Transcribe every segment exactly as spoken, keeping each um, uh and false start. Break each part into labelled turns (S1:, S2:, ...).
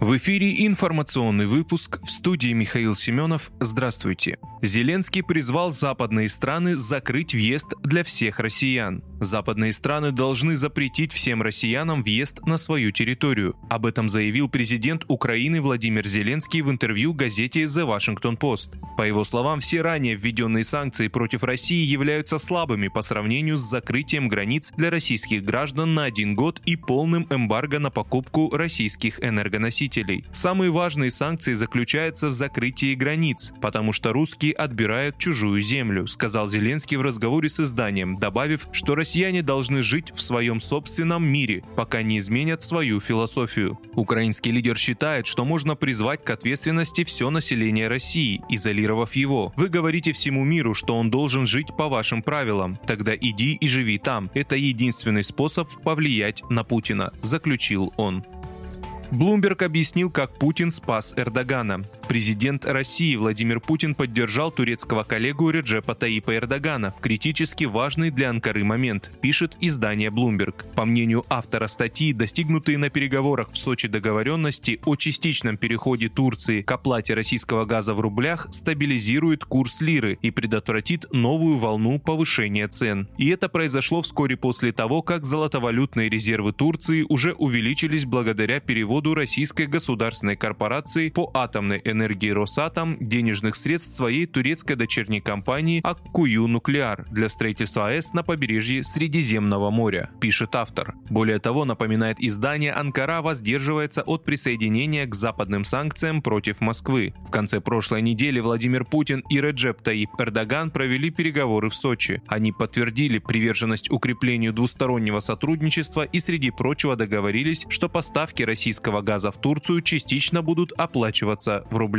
S1: В эфире информационный выпуск, в студии Михаил Семенов. Здравствуйте. Зеленский призвал западные страны закрыть въезд для всех россиян. Западные страны должны запретить всем россиянам въезд на свою территорию. Об этом заявил президент Украины Владимир Зеленский в интервью газете The Washington Post. По его словам, все ранее введенные санкции против России являются слабыми по сравнению с закрытием границ для российских граждан на один год и полным эмбарго на покупку российских энергоносителей. Самые важные санкции заключаются в закрытии границ, потому что русские отбирают чужую землю, сказал Зеленский в разговоре с изданием, добавив, что россияне должны жить в своем собственном мире, пока не изменят свою философию. Украинский лидер считает, что можно призвать к ответственности все население России, изолировав его. Вы говорите всему миру, что он должен жить по вашим правилам. Тогда иди и живи там. Это единственный способ повлиять на Путина, заключил он. Bloomberg объяснил, как Путин спас Эрдогана. Президент России Владимир Путин поддержал турецкого коллегу Реджепа Таипа Эрдогана в критически важный для Анкары момент, пишет издание Bloomberg. По мнению автора статьи, достигнутые на переговорах в Сочи договоренности о частичном переходе Турции к оплате российского газа в рублях стабилизирует курс лиры и предотвратит новую волну повышения цен. И это произошло вскоре после того, как золотовалютные резервы Турции уже увеличились благодаря переводу российской государственной корпорации по атомной энергии энергии Росатом денежных средств своей турецкой дочерней компании Аккую Нуклеар для строительства АЭС на побережье Средиземного моря, пишет автор. Более того, напоминает издание, Анкара воздерживается от присоединения к западным санкциям против Москвы. В конце прошлой недели Владимир Путин и Реджеп Таип Эрдоган провели переговоры в Сочи. Они подтвердили приверженность укреплению двустороннего сотрудничества и, среди прочего, договорились, что поставки российского газа в Турцию частично будут оплачиваться в рублях.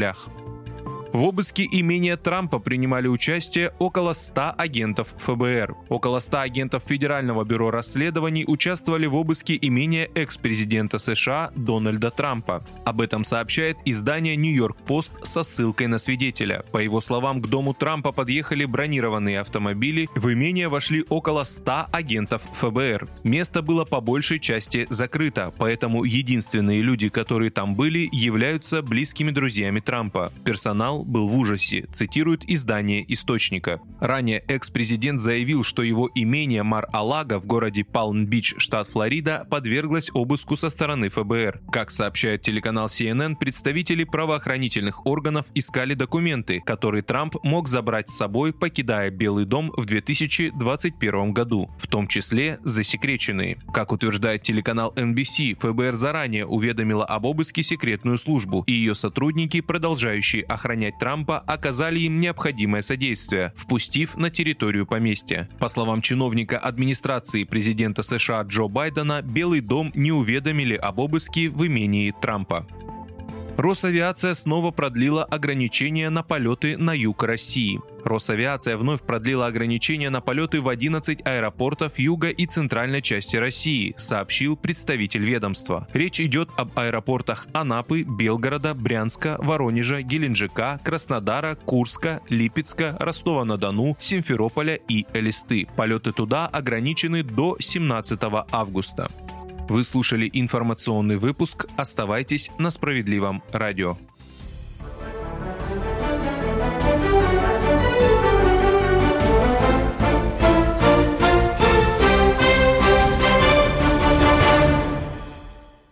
S1: В обыске имения Трампа принимали участие около ста агентов ФБР. Около ста агентов Федерального бюро расследований участвовали в обыске имения экс-президента США Дональда Трампа. Об этом сообщает издание Нью-Йорк Пост со ссылкой на свидетеля. По его словам, к дому Трампа подъехали бронированные автомобили. В имение вошли около ста агентов ФБР. Место было по большей части закрыто, поэтому единственные люди, которые там были, являются близкими друзьями Трампа. Персонал был в ужасе, цитирует издание источника. Ранее экс-президент заявил, что его имение Мар-а-Лаго в городе Палм-Бич, штат Флорида, подверглось обыску со стороны ФБР. Как сообщает телеканал си эн эн, представители правоохранительных органов искали документы, которые Трамп мог забрать с собой, покидая Белый дом в две тысячи двадцать первом году, в том числе засекреченные. Как утверждает телеканал эн би си, ФБР заранее уведомила об обыске секретную службу, и ее сотрудники, продолжающие охранять Трампа, оказали им необходимое содействие, впустив на территорию поместья. По словам чиновника администрации президента США Джо Байдена, Белый дом не уведомили об обыске в имении Трампа. Росавиация снова продлила ограничения на полеты на юг России. Росавиация вновь продлила ограничения на полеты в одиннадцать аэропортов юга и центральной части России, сообщил представитель ведомства. Речь идет об аэропортах Анапы, Белгорода, Брянска, Воронежа, Геленджика, Краснодара, Курска, Липецка, Ростова-на-Дону, Симферополя и Элисты. Полеты туда ограничены до семнадцатого августа. Вы слушали информационный выпуск. Оставайтесь на Справедливом радио.